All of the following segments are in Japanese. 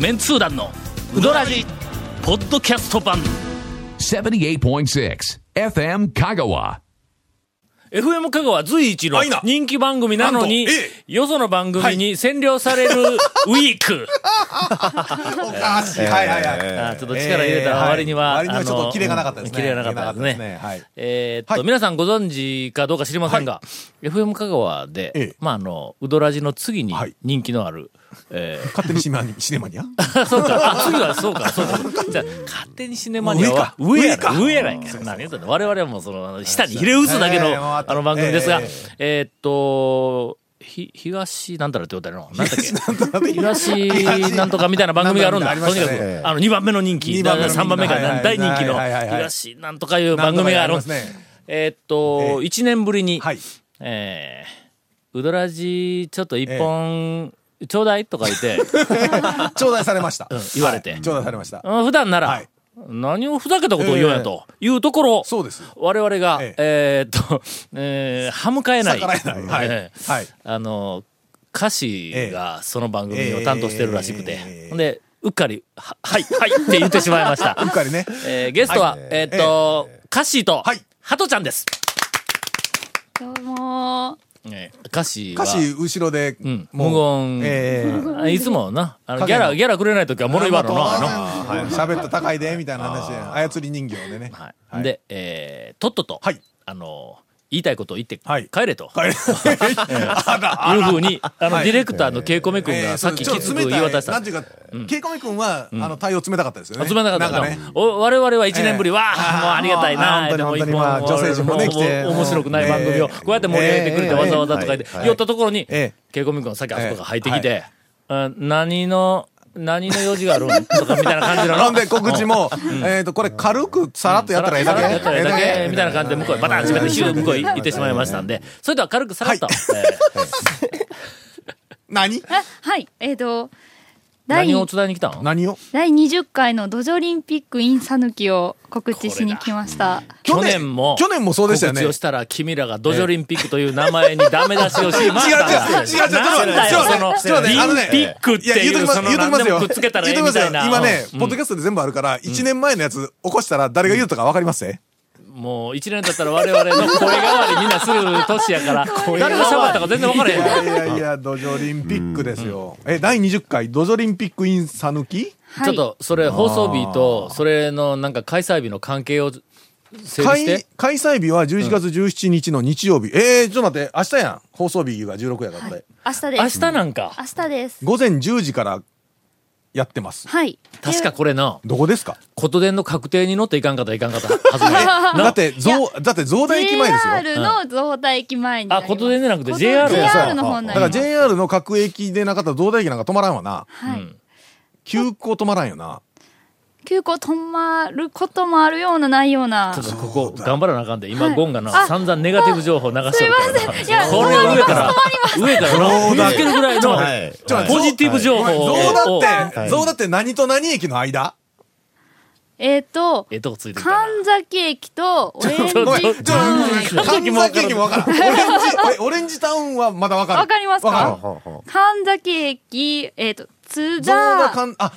メンツー団のウドラジポッドキャスト版 78.6 FM 香川 FM 香川随一の人気番組なのに、よその番組に占領されるウィーク。 おかしい。はいはいはい。 ちょっと力入れた割には、 割にはちょっとキレがなかったですね。 キレがなかったですね。 はい。 皆さんご存知かどうか知りませんが、FM 香川で、ウドラジの次に人気のある、 勝手にシネマニアそうか、次はそうか。じゃあ、勝手にシネマニアは上やないか。何言うとんねん。我々はもうその、下にひれ伏すだけの、番組ですが、東なんたらって言うたらのなんだっけ東なんとかみたいな番組があるんだ。とにかく、2番目の人気、3番目か大人気の東なんとかいう番組がある。1年ぶりに、ウドラジちょっと一本、ちょうだいとか言って、 頂戴されました。 言われて。 頂戴されました。 普段なら、何をふざけたことを言うんやというところ、 そうです。 我々が、歯向かえない。歌詞がその番組を担当してるらしくて、ほんで、うっかり、はいって言ってしまいました。 うっかりね。 ゲストは、カッシーと、ハトちゃんです。 どうも歌詞後ろで、 無言、いつもな、ギャラくれないときは物言わんのな。 喋った高いで、みたいな話で、操り人形でね。 で、とっとと、言いたいことを言って、帰れと。いうふうに、ディレクターのケイコメ君がさっききつく言い渡した。 なんていうか、ケイコメ君は、対応冷たかったですよね。 冷たかったね。我々は1年ぶり、もうありがたいな、でも一本、 女性陣もね、来て。 面白くない番組を、こうやって盛り上げてくれて、わざわざとか言って、寄ったところに、ケイコメ君がさっきあそこが入ってきて、何の用事があるんとかみたいな感じの。 ほんで告知も、これ軽くさらっとやったらええだけみたいな感じで向こうへバタン閉めてヒュー向こうへ行ってしまいましたんで、それでは軽くさらっと。 何？ はい、 何を伝えに来たの？ 何を？ 第20回のドジョリンピック in さぬきを告知しに来ました。 去年もそうでしたよね。 告知をしたら君らがドジョリンピックという名前にダメ出しをしました。 違う。 なんだよ、その、リンピックっていう、その何でもくっつけたらええみたいな。 今ね、ポッドキャストで全部あるから、1年前のやつ起こしたら誰が言うとか分かりますね。 もう1年経ったら我々の声変わりみんなする年やから、誰が喋ったか全然分からへん。 いや、ドジョリンピックですよ。第20回ドジョリンピック in さぬき？ ちょっと、それ放送日と、それのなんか開催日の関係を整理して。 開催日は11月17日の日曜日。ちょっと待って、明日やん。放送日が16やからって。 明日です。 明日なんか。 明日です。 午前10時からやってます。 はい。 確かこれな。 どこですか？ ことでんの確定に乗っていかんかったはずない。 だって増田駅前ですよ。 JR の増田駅前に。 ことでんじゃなくて JR の方になります。 だから JR の各駅でなかったら増田駅なんか止まらんわな。 はい。 急行止まらんよな。 急行止まることもあるようなないような。 ちょっとここ頑張らなあかんで、今ゴンがな散々ネガティブ情報流してるから。 すいません。いや、 これを上から見つけるぐらいのポジティブ情報を。 増田って何と何駅の間？ とこついてるかな。 神崎駅とオレンジ神崎駅もわからん。オレンジタウンはまだわかる。 わかりますか？神崎駅、津田、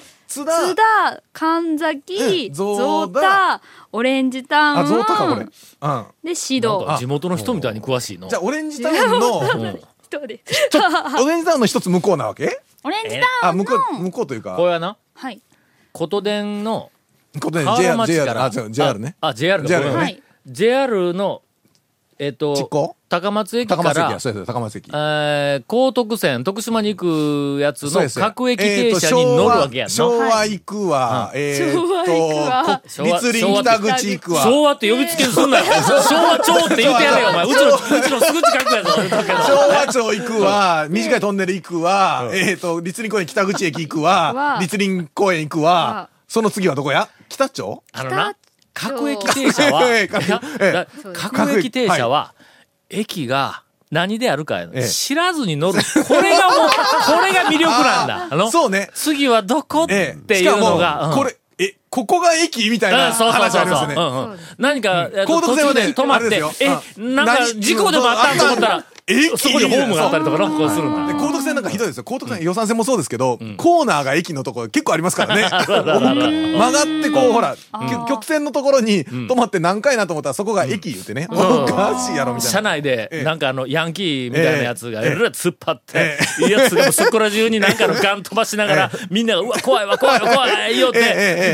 神崎、増田、オレンジタウン。 増田か、これ。 なで、指導。 んか地元の人みたいに詳しいの。 じゃあ、オレンジタウンの、オレンジタウンの一つ向こうなわけ？ オレンジタウンの。 向こうというか。 これはな、 はい。 ことでんの、 ことで河原町から、 JR ね。 JR ね。JR の、高松駅から、 高松駅。 高徳線、徳島に行くやつの各駅停車に乗るわけやんな。 昭和行くわ、立林北口行くわ。 昭和って呼びつけすんなよ。昭和町って言うてやれよ、お前。うちのすぐ近くやぞ、 昭和町行くわ、短いトンネル行くわ、立林公園北口駅行くわ、立林公園行くわ、その次はどこや？北町？ 各駅停車は、各駅停車は、駅が何であるか知らずに乗る。これが魅力なんだ。 そうね。 次はどこっていうのが。 これ、ここが駅みたいな話ありますね。 何か、途中で止まって、なんか事故でもあったんと思ったら、 そこにホームがあったりとかなんかするんだ。 高徳線なんかひどいですよ。高徳線予算線もそうですけど、コーナーが駅のところ結構ありますからね。曲がってこう、ほら、曲線のところに止まって何回なと思ったらそこが駅言うてね。おかしいやろみたいな。 車内で、なんかヤンキーみたいなやつが、突っ張って、いいやつがそこら中になんかのガン飛ばしながら、みんなが、うわ、怖いわ、怖いわ、怖いよって、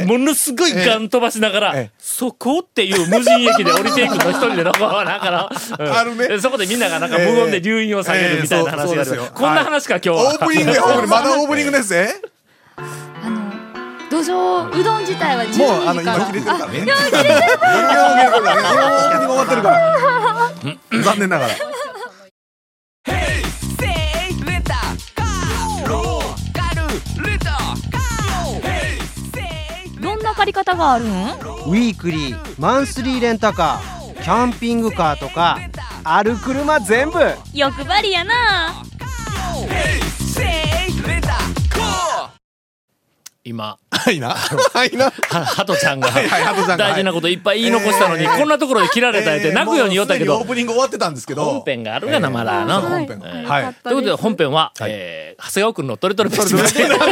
ものすごいガン飛ばしながら、そこっていう無人駅で降りていくの一人でなんかあるね。 そこでみんながなんか無言で留飲を下げるみたいな話がある。こんな話か、今日は。 オープニングや、まだオープニングですね。 土壌うどん自体は12時から。 もう、今切れてるからね。今切れてるからね。今オープニング終わってるから。残念ながら。 どんな借り方があるん？ ウィークリー、マンスリーレンタカー、キャンピングカーとかある車全部。 欲張りやな。 今、 はいな。はいな。 ハトちゃんがハトちゃんが大事なこといっぱい言い残したのに、こんなところで切られたって泣くように言ったけど、 オープニング終わってたんですけど。 本編があるがな、まだな。 本編が。はい。 ということで本編は、長谷川くんのトリトリフェスティバ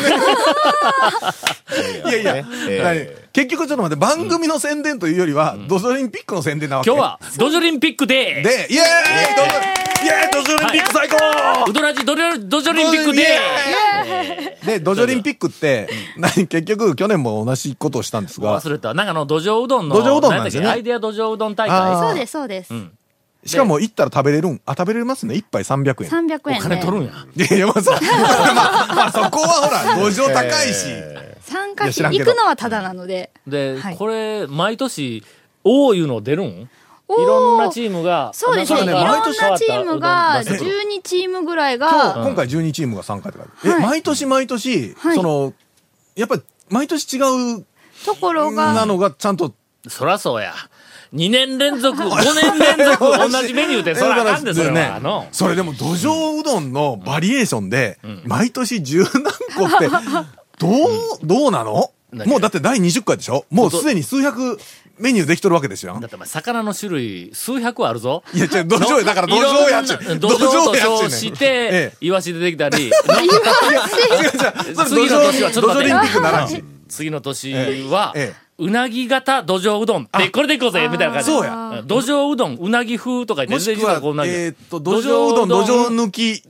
ル。 いやいや、結局ちょっと待って、番組の宣伝というよりは、ドジョリンピックの宣伝なわけ。 今日は、ドジョリンピックデーで、イエーイドジョリンピック最高ウドラジドジョリンピックデーで、ドジョリンピックって、結局去年も同じことをしたんですが。 忘れた。なんか土壌うどんの、 土壌うどんなんですよね。 アイデア土壌うどん大会。 そうです、そうです。 しかも行ったら食べれるん。食べれますね。一杯300円。 300円。 お金取るんや。 いや、まあそこはほら、土壌高いし。 参加費、行くのはタダなので。 で、これ、毎年、いうの出るん？いろんなチームが。 そうですね。いろんなチームが、12チームぐらいが。 今回12チームが参加って書いてある。毎年、やっぱり、毎年違うところが。 なのがちゃんと。 そらそうや。2年連続、5年連続同じメニューってそらなんですよね。 それでも土壌うどんのバリエーションで、毎年十何個って、どうなの？もうだって第20回でしょ？もうすでに数百メニューできとるわけですよ。 だって魚の種類数百あるぞ。 いや、土壌だから土壌やっちゅう。 土壌と称して、イワシ出てきたり。次の年はちょっと待って。次の年は、うなぎ型土壌うどんってこれでいこうぜみたいな感じ。 そうや。 土壌うどんうなぎ風とか言って、 もしくは土壌うどん土壌抜き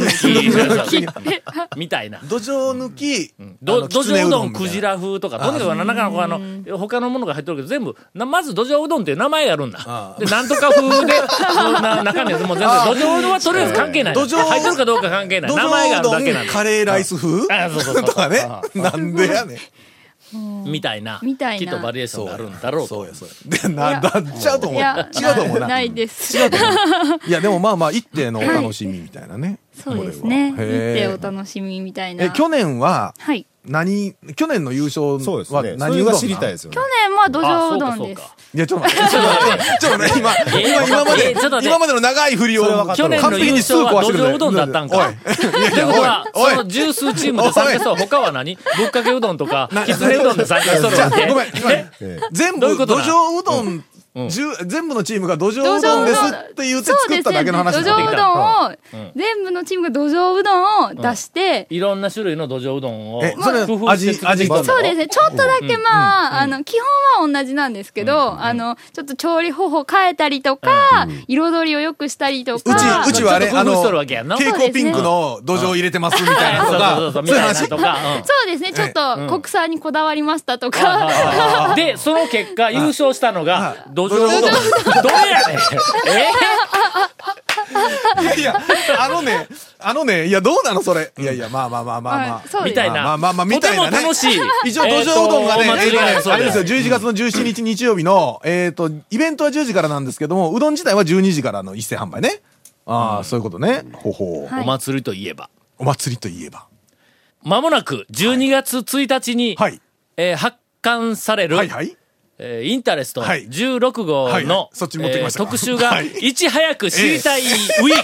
みたいな。 土壌抜き土壌うどんクジラ風とか、とにかくなんか他のものが入ってるけど全部まず土壌うどんっていう名前があるんだ。でなんとか風で中身はもう全然土壌うどんはとりあえず関係ない。入ってるかどうか関係ない。名前があるだけなんだ。 カレーライス風とかね。なんでやねん。 みたいな。きっとバリエーションがあるんだろうと。 そうや。で、違うと思う。違うと思うな。 ないです。 違うと思う。いや、でもまあ一定のお楽しみみたいなね。 そうですね。一定お楽しみみたいな。 去年は、去年の優勝は何うどん？ 知りたいですよね。 去年は土壌うどんです。 いや、ちょっと待って。今までの長い振りを去年の優勝は土壌うどんだったんか。ということは、その十数チームで参加した他は何？ぶっかけうどんとか、きつねうどんで参加しとるわけ。 ごめん。全部土壌うどん、全部のチームが土壌うどんですって言って作っただけの話土壌うどんを、全部のチームが土壌うどんを出して、 いろんな種類の土壌うどんを工夫して作って。 そうですね。ちょっとだけ基本は同じなんですけど、ちょっと調理方法変えたりとか、彩りを良くしたりとか。 うちはあれ、蛍光ピンクの土壌入れてますみたいなとか、そういう話とか。 そうですね。ちょっと国産にこだわりましたとか。 で、その結果優勝したのが、土壌うどん。どれやねん。 いや、いや、どうなのそれ。いや、まあ。 みたいな。 みたいなね。 とても楽しい。 一応、土壌うどんがね、あれですよ、11月の17日日曜日の、イベントは10時からなんですけども、うどん自体は12時からの一斉販売ね。ああ、そういうことね。 お祭りといえば。 まもなく12月1日に、発刊される、インタレスト16号の特集がいち早く知りたいウィ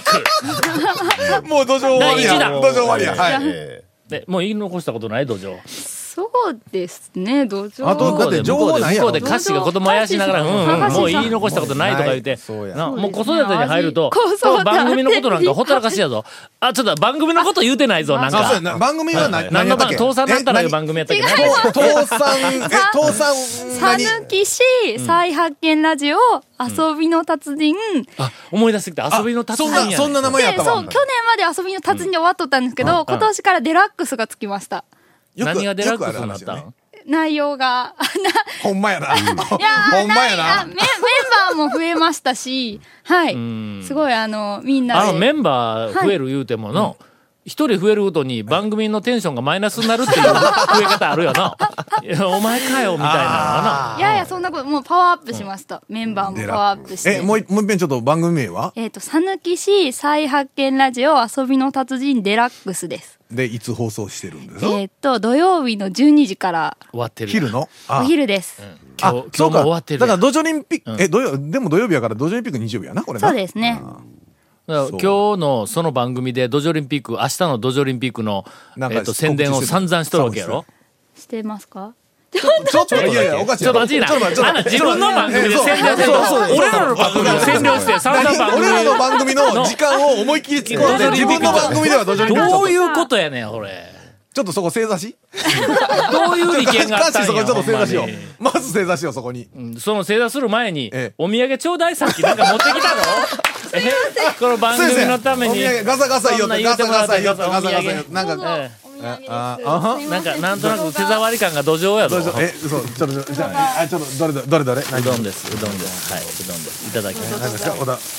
ーク。 もう土壌終わりや。土壌終わりや。 もう言い残したことない土壌。 そうですね、土壌。 あとだって情報ないやろ。 向こうで歌詞が子供あやしながら、もう言い残したことないとか言って、もう子育てに入ると、番組のことなんかほったらかしやぞ。あ、ちょっと番組のこと言うてないぞ、なんか。 番組は何だっけ？ 倒産だったらいう番組やったっけ？ 倒産、 さぬき市再発見ラジオ、遊びの達人。 あ、思い出してきた。遊びの達人やね。 そんな名前やったわ。 そう、去年まで遊びの達人で終わっとったんですけど、今年からデラックスがつきました。 何がデラックスになったん？ 内容が。 ほんまやな。 いや、 ほんまやな。 メンバーも増えましたし、はい。すごいみんなで。 メンバー増える言うてもの、一人増えるごとに番組のテンションがマイナスになるっていう増え方あるよな。いや、お前かよ、みたいな。 いやいや、そんなこと、もうパワーアップしました。メンバーもパワーアップして。 もう一遍ちょっと番組名は？ さぬき市再発見ラジオ遊びの達人デラックスです。 で、いつ放送してるんですか？ 土曜日の12時から終わってる。 昼の？ お昼です。 今日も終わってる。 だから土壌オリンピック、でも土曜日やから土壌オリンピック日曜日やな、これな。 そうですね。 今日のその番組で土壌オリンピック、明日の土壌オリンピックの宣伝を散々しとるわけやろ？ してますか？ ちょっと、いやいや、おかしい。 ちょっと待ちいな。自分の番組で宣伝してる。俺らの番組を宣伝して散々番組。 俺らの番組の時間を思いっきり使って自分の番組では土壌オリンピック。 どういうことやねん、これ。 ちょっとそこ正座しどういう意見があったんや。 そこちょっと正座しよう。まず正座しよう、そこに。 その正座する前に、お土産ちょうだい、さっきなんか持ってきたの？この番組のために。 お土産ガサガサ言おうって、ガサガサ言おうって、ガサガサ言おう。なんか、 なんとなく手触り感が土壌やぞ。 嘘、ちょっと、じゃあ、ちょっと、どれ？ うどんです。はい、うどんです。いただきます。 何ですか、小田。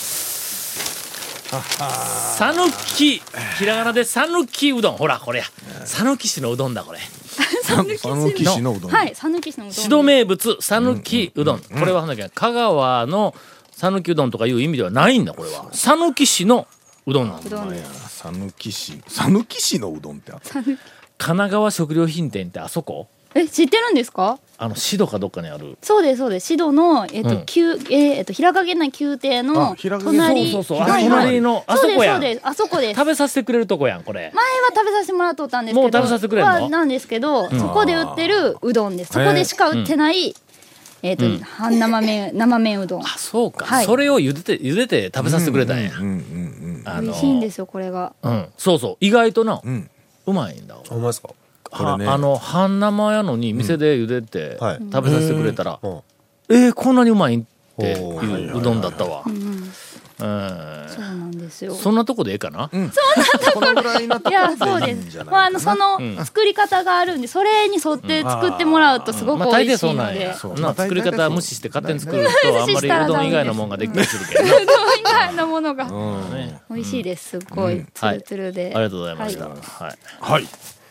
さぬき、ひらがなでさぬきうどん。ほら、これや。さぬき市のうどんだ、これ。 さぬき市のうどん。 はい、さぬき市のうどん。 市戸名物、さぬきうどん。これは香川のさぬきうどんとかいう意味ではないんだ、これは。さぬき市のうどんなんだ。 さぬき市のうどんってあった。 神奈川食料品店ってあそこ？ 知ってるんですか？ シドかどっかにある。 そうです、そうです。シドの、平賀源内宮廷の隣。 そう。隣の、あそこやん。 そうです、あそこです。 食べさせてくれるとこやん、これ。 前は食べさせてもらっとったんですけど。 もう食べさせてくれるの？ なんですけど、そこで売ってるうどんです。そこでしか売ってない、半生麺うどん。 あ、そうか。それを茹でて食べさせてくれたんや。 美味しいんですよ、これが。 そう。意外とな、うまいんだ。 うまいですか？ 半生やのに店で茹でて食べさせてくれたら、こんなにうまいんっていううどんだったわ。 そうなんですよ。 そんなとこでええかな？ そんなところ。いや、そうです。その作り方があるんで、それに沿って作ってもらうとすごく美味しいので。 作り方無視して勝手に作るとあんまりうどん以外のもんができたりするけど。 うどん以外のものが美味しいです。すごいツルツルで。 ありがとうございました。 はい。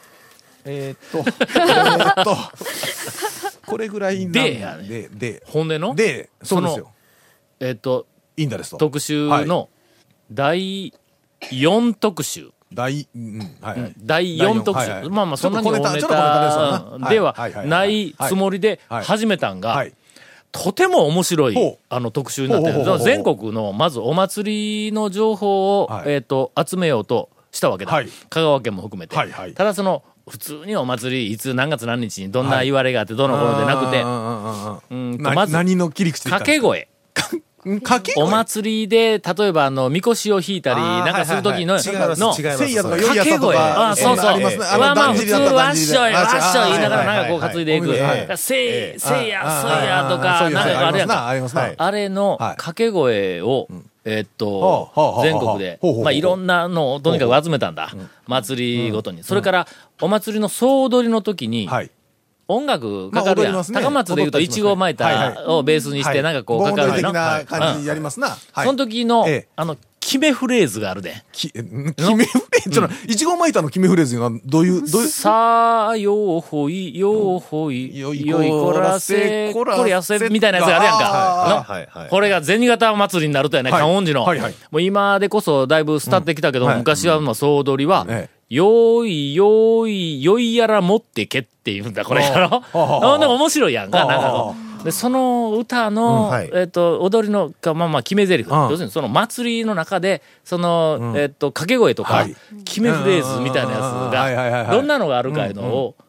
これぐらいなんで、本音のそうですよ。インダレスト特集の第4特集。第4特集。まあそんなに大ネタではないつもりで始めたんが、とても面白い特集になってる。全国のまずお祭りの情報を集めようとしたわけだ。香川県も含めて。ただ普通にお祭りいつ何月何日にどんな言われがあってどの頃でなくて、まず何の切り口で掛け声。お祭りで例えばみこしを引いたりなんかする時のせいやとか掛け声。そうまあ普通わっしょいわっしょい言いながらなんかこう担いでいくせいやとかなんかあるやんか。あれの掛け声を全国でいろんなのをとにかく集めたんだ。祭りごとに。それからお祭りの総踊りの時に音楽かかるやん。高松でいうといちご巻いたをベースにしてなんかこうかかるの。その時の決めフレーズがあるで。 決めフレーズいちご巻いたの決めフレーズがどういうさあようほいよいこらせこれやせみたいなやつがあるやんか。これが銭形祭りになるとやね、観音寺の。もう今でこそだいぶ廃ってきたけど、昔は総踊りはよいやら持ってけって言うんだ、これやろ。面白いやんか、なんかこう。で、その歌の、踊りの、決め台詞。要するにその祭りの中で、掛け声とか、決めフレーズみたいなやつが、どんなのがあるかいうのを、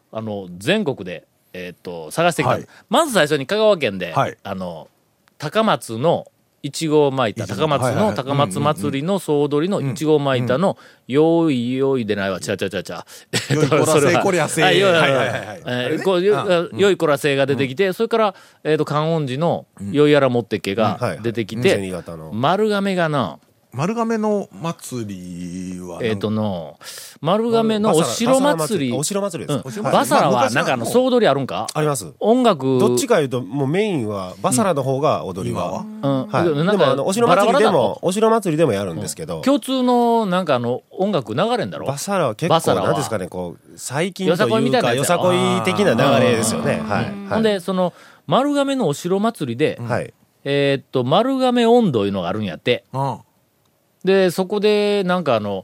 全国で、探してきた、 はいまず最初に香川県で、 はい高松のいちごを巻いた、高松の高松祭りの総踊りのいちごを巻いたの、よいよいでないわ、ちゃ。 よいこらせいこりゃせい。 よよいこらせいが出てきて、それから、観音寺のよいやら持ってけが出てきて、 銭形の丸亀がな、 丸亀の祭りは丸亀のお城祭り。 お城祭りです。 バサラはなんか総踊りあるんか？ あります。 音楽。 どっちかいうと、もうメインは、バサラの方が踊りは。はい。でなんかも、お城祭りでもやるんですけど。 共通のなんか音楽流れんだろ？ バサラは結構、なんですかね、こう、最近というか、よさこい的な流れですよね。はい。 ほんで、丸亀のお城祭りで、 はい。 丸亀音頭いうのがあるんやって。で、そこで、なんかなん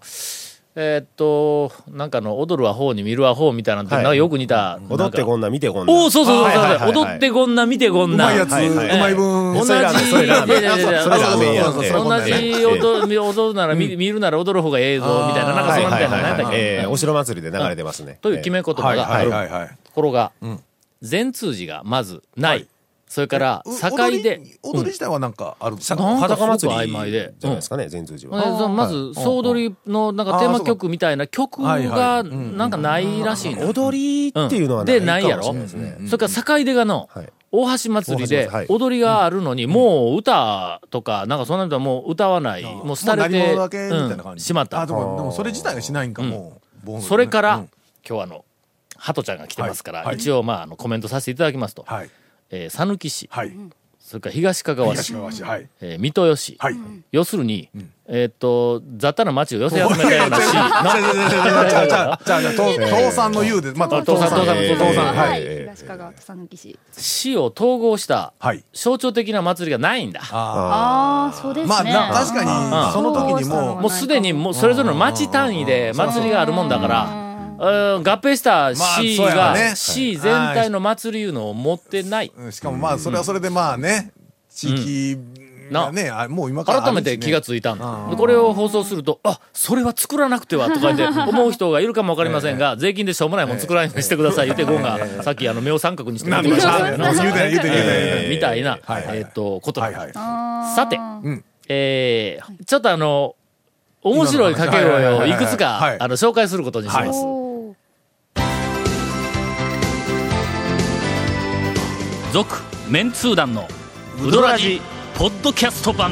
か踊るは方に見るは方みたいなのと、なんかよく似た。 踊ってこんな、見てこんな。 おお、そう。踊ってこんな、見てこんな。 うまいやつ、うまい分。 同じ、踊るなら、見るなら踊る方がええぞ、みたいな、なんかそんなみたいな、なんだっけ。 お城祭りで流れてますね。 という決め言葉がある。ところが、善通寺がまずない。それから、境で。 踊り自体はなんかあるんですか？ 裸祭り曖昧で。 じゃないですかね、善通寺は。 まず、総踊りのなんかテーマ曲みたいな曲がなんかないらしいの。 踊りっていうのはで、ないやろ。それから境出がの、大橋祭りで踊りがあるのに、もう歌とか、なんかそんなのはもう歌わない。もう廃れてしまった。 でもそれ自体がしないんか、もう。 それから、今日ハトちゃんが来てますから、一応コメントさせていただきますと。讃岐市、それから東かがわ市、三豊市、要するに、雑多な町を寄せ集めたような市。 倒産の言うで、倒産。 東かがわと讃岐市。 市を統合した象徴的な祭りがないんだ。 そうですね。 確かに、その時にもうすでにそれぞれの町単位で祭りがあるもんだから、合併した市が、市全体の祭りいうのを持ってない。 しかもそれはそれで地域がね、もう今から改めて気がついたんだ。これを放送すると、それは作らなくてはとか言って思う人がいるかもわかりませんが、税金でしょうもないもん作らないようにしてください言ってゴンが、さっき目を三角にしてみてましたみたいな、ことだ。さて、ちょっと面白い掛け声をいくつか紹介することにします。続メンツー団のウドラジポッドキャスト版。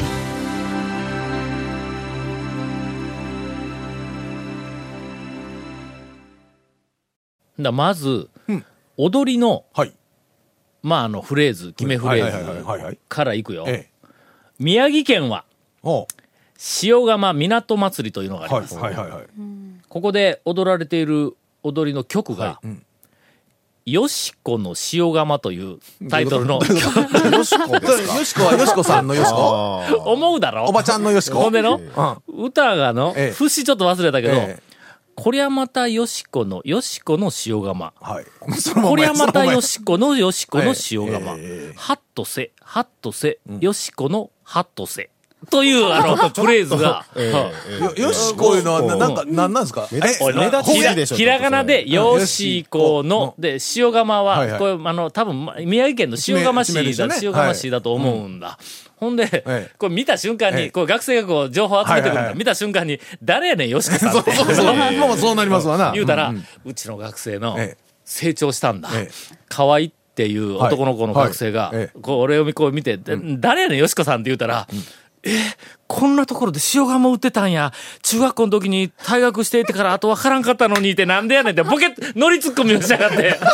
まず、踊りの、フレーズ、決めフレーズからいくよ。宮城県は塩釜港祭りというのがあります。ここで踊られている踊りの曲が、よしこの塩釜というタイトルの。よしこですか？よしこはよしこさんのよしこ？ 思うだろ？ おばちゃんのよしこ。 ほんで歌が節ちょっと忘れたけど、こりゃまたよしこの塩釜。こりゃまたよしこの塩釜。ハッとせ、よしこのハッとせ。というフレーズが。 よしこいうのはなんですか？ ひらがなでよしこの、で、塩釜は、これ多分宮城県の塩釜市だと思うんだ。ほんで、これ見た瞬間に、こう学生が情報を集めてくるんだ。見た瞬間に、誰やねん、よしこさんって。 そうなりますわな。 言うたら、うちの学生の成長したんだ。河合っていう男の子の学生が、俺をこう見て、誰やねん、よしこさんって言うたら、こんなところで塩釜売ってたんや。中学校の時に退学していてからあとわからんかったのにってなんでやねんってボケ、乗りツッコミをしやがって。で、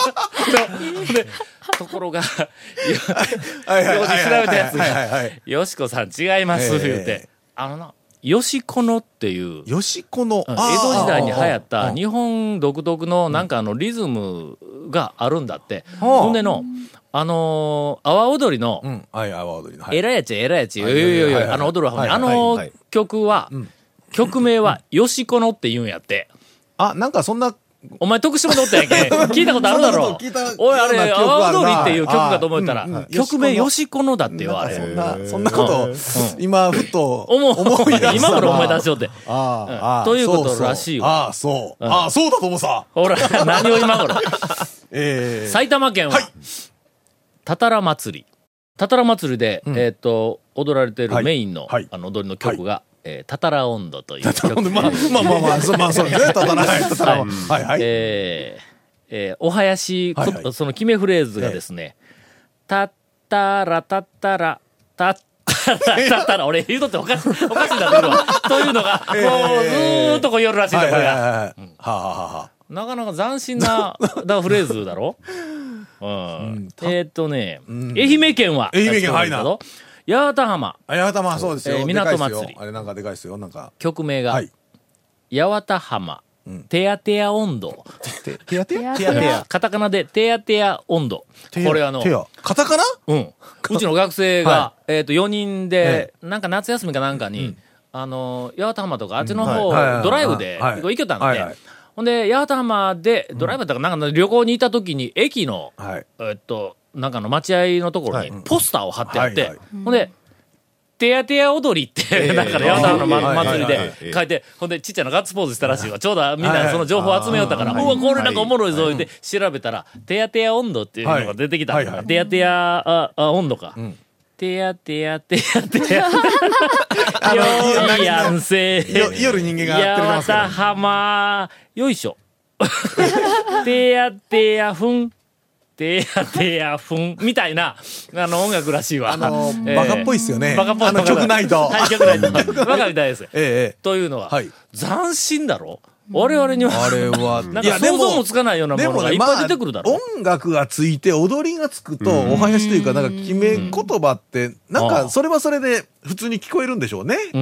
ところが、よし調べたやつが、よしこさん違います、言うて。よしこのっていう、 よしこの、 江戸時代に流行った日本独特のなんかリズムがあるんだって。ほんで阿波踊りの、えらやち、踊るわ。曲名は、よしこのって言うんやって。 なんかそんなお前徳島でおったやんけ。聞いたことあるだろ。おい、あれ、阿波踊りっていう曲かと思ったら、曲名、よしこのだってよ、あれ。 そんなこと、今、ふっと思い出す。今頃思い出しようって。ということらしいよ。 そうだと思うさ。 ほら、何を今頃。埼玉県は、たたら祭り。たたら祭りで、踊られているメインの、踊りの曲が、たたら音頭という曲。 まあ、そうですね。たたら。 お囃子、その決めフレーズがですね、たったらたったら、たったら、俺言うとっておかしいんだけど、というのが、もうずーっとこう夜らしいんだ、これが。なかなか斬新なフレーズだろ。愛媛県は、 はいな。 八幡浜。 八幡浜、そうですよ。 港祭り。 あれなんかでかいですよ、なんか。 曲名が、八幡浜、てやてや温度。 てやてやカタカナで、てやてや温度。これカタカナ？ うん。うちの学生が、4人で、なんか夏休みかなんかに、八幡浜とかあっちの方、ドライブで行けたんで、ほんで、八幡浜で、ドライブだからなんか旅行に行った時に、駅の、なんかの待合のところにポスターを貼ってあって、ほんで、てやてや踊りって、なんかね、八幡浜の祭りで書いて、ほんで、ちっちゃなガッツポーズしたらしいわ。ちょうどみんなその情報を集めよったから、うわ、これなんかおもろいぞ、って調べたら、てやてや温度っていうのが出てきた。てやてや温度か。てやてやてやてや。よいやんせ。 夜人間がやってますから。 八幡浜、よいしょ。てやてやふん。てやてやふん。みたいな、音楽らしいわ。 バカっぽいっすよね。 バカっぽい。 曲ないと。 はい、曲ないと。バカみたいです。というのは、斬新だろ？我々には、あれは、なんか想像もつかないようなものがいっぱい出てくるだろ。 音楽がついて踊りがつくと、お囃子というか、なんか決め言葉って、なんかそれはそれで普通に聞こえるんでしょうね。 うん。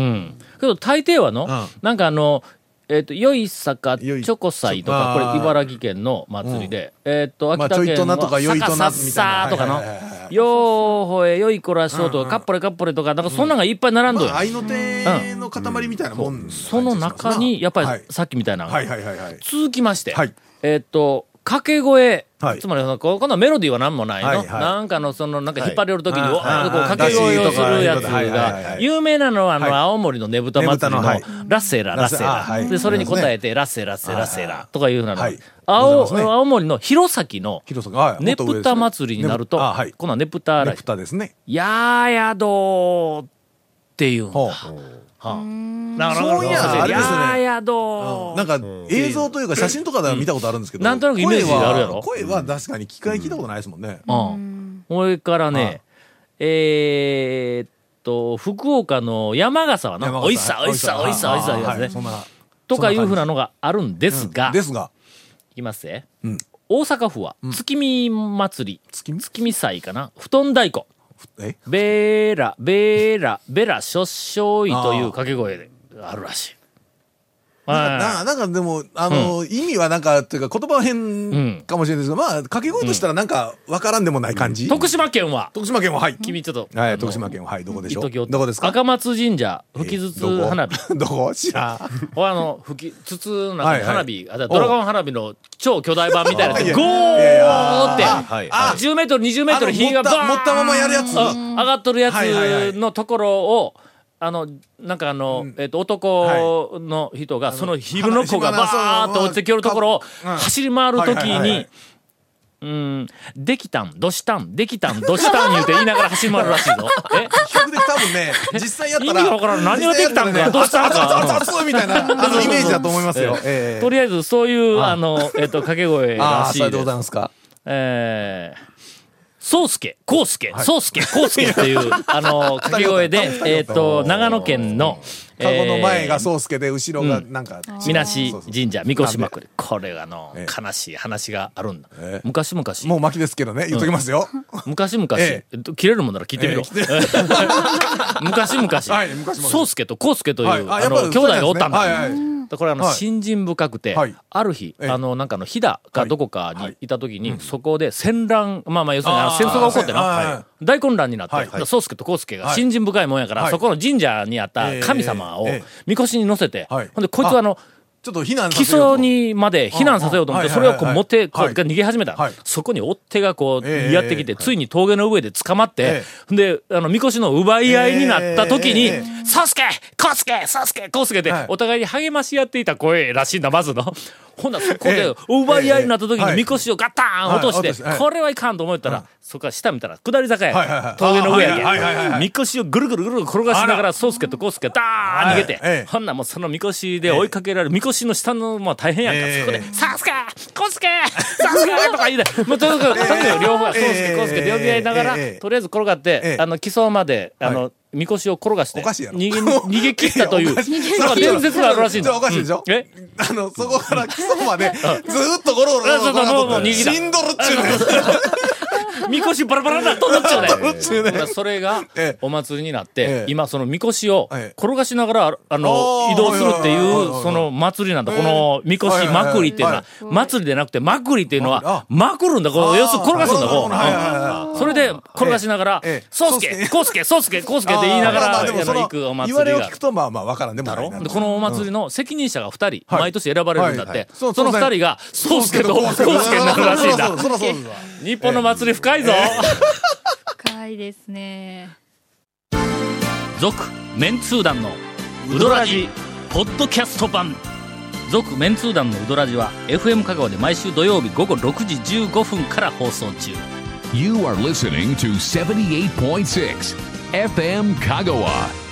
けど大抵はなんかよいさかチョコ祭とか、これ茨城県の祭りで、秋田県のさかさっさとかの、よーほえ、よいこらしょうとか、カッポレカッポレとか、なんかそんなのがいっぱい並んどる。 愛の手の塊みたいなもん。 その中に、やっぱりさっきみたいなのが続きまして、掛け声、つまりこのメロディーは何もないの。なんかなんか引っ張れるときに、掛け声をするやつが、有名なのは青森のねぶた祭りのラッセラ、ラッセラ。で、それに答えて、ラッセラ、ラッセラ、ラッセラとかいうふうなの。青森の弘前のねぷた祭りになると、このねぷたら、やーやどーっていうんだ。 そういや、あれですね。なんか映像というか写真とかでは見たことあるんですけど、 なんとなくイメージあるやろ。 声は確かに聞いたことないですもんね。 それからね、福岡の山笠はな、おいっさ、おいっさ、おいっさ、おいっさ、ですね。とかいうふうなのがあるんですが、いきますね。大阪府は月見祭り、月見祭かな、布団太鼓。ベーラ、ベーラ、ベラ、しょっしょいという掛け声であるらしい。 なんかでも、意味はなんか、というか言葉は変かもしれないですけど、まあ、掛け声としたらなんか、わからんでもない感じ。 徳島県は、 はい。 君ちょっと。 はい、徳島県は、はい、どこでしょう。どこですか？ 赤松神社、吹き筒花火。 どこ知らん。 吹き筒なんか花火、ドラゴン花火の超巨大版みたいなやつ、ゴーって、10メートル、20メートル火がバーン持ったままやるやつ。 上がっとるやつのところを、なんか男の人が、その火の粉がバーっと落ちてきよるところを走り回るときに、できたん、どしたん、できたん、どしたん言うて言いながら走り回るらしいぞ。 比較的多分ね、実際やったら。 意味がわからん。何ができたんか、どしたんか。 熱いみたいな、イメージだと思いますよ。 とりあえず、そういう、掛け声らしいです。 そうでございますか。 そうすけ、こうすけ、そうすけ、こうすけっていう、掛け声で、長野県の、 カゴの前が宗介で、後ろがなんか、 みなし神社、みこしまくり。これが悲しい話があるんだ。昔々。 もう巻きですけどね、言っときますよ。 昔々、切れるもんなら聞いてみろ。昔々、宗介とこうすけという、兄弟がおったんだ。これ信心深くて、ある日、なんか飛騨かどこかにいた時に、そこで戦乱、まあ要するに戦争が起こってな、大混乱になって、宗介とこうすけが信心深いもんやから、そこの神社にあった神様をみこしに乗せて、ほんでこいつはちょっと避難さ基せようと。 礎にまで避難させようと思って、それをこう持って、こう逃げ始めた。そこに追っ手がこうやってきて、ついに峠の上で捕まって、で、みこしの奪い合いになった時に、宗介康介宗介康介って、お互いに励まし合っていた声らしいんだ、まずの。ほんならそこで奪い合いになった時にみこしをガッターン落として、これはいかんと思ったら、そこから下見たら下り坂や。峠の上やけ。みこしをぐるぐるぐる転がしながら、宗介と康介ダーン逃げて、ほんならもうそのみこしで追いかけられる、みこしの下のまあ大変やんか。そこで、宗介康介宗介とか言うて、もうとにかく両方が宗介康介で呼び合いながら、とりあえず転がって、基礎まで、みこしを転がして逃げ切ったという伝説があるらしいんだ。 おかしいでしょ。そこから基礎までずーっとゴロゴロゴロゴロ死んどるっちゅうね。 みこしバラバラな飛んだっちゅうね。それがお祭りになって、今そのみこしを転がしながら移動するっていうその祭りなんだ。このみこしまくりっていうのは祭りでなくてまくりっていうのはまくるんだ。こう要するに転がすんだ。こうそれで転がしながら宗介康介宗介康介って言いながら行くお祭りが。 言われを聞くとまあまあわからんでもないな。 でこのお祭りの責任者が2人毎年選ばれるんだって。その2人が宗介と康介になるらしいんだ。日本の祭り深いぞ。 深いですね。 続メンツー団のウドラジポッドキャスト版。続メンツー団のウドラジは FM 香川で毎週土曜日午後6時15分から放送中。 You are listening to 78.6 FM 香川。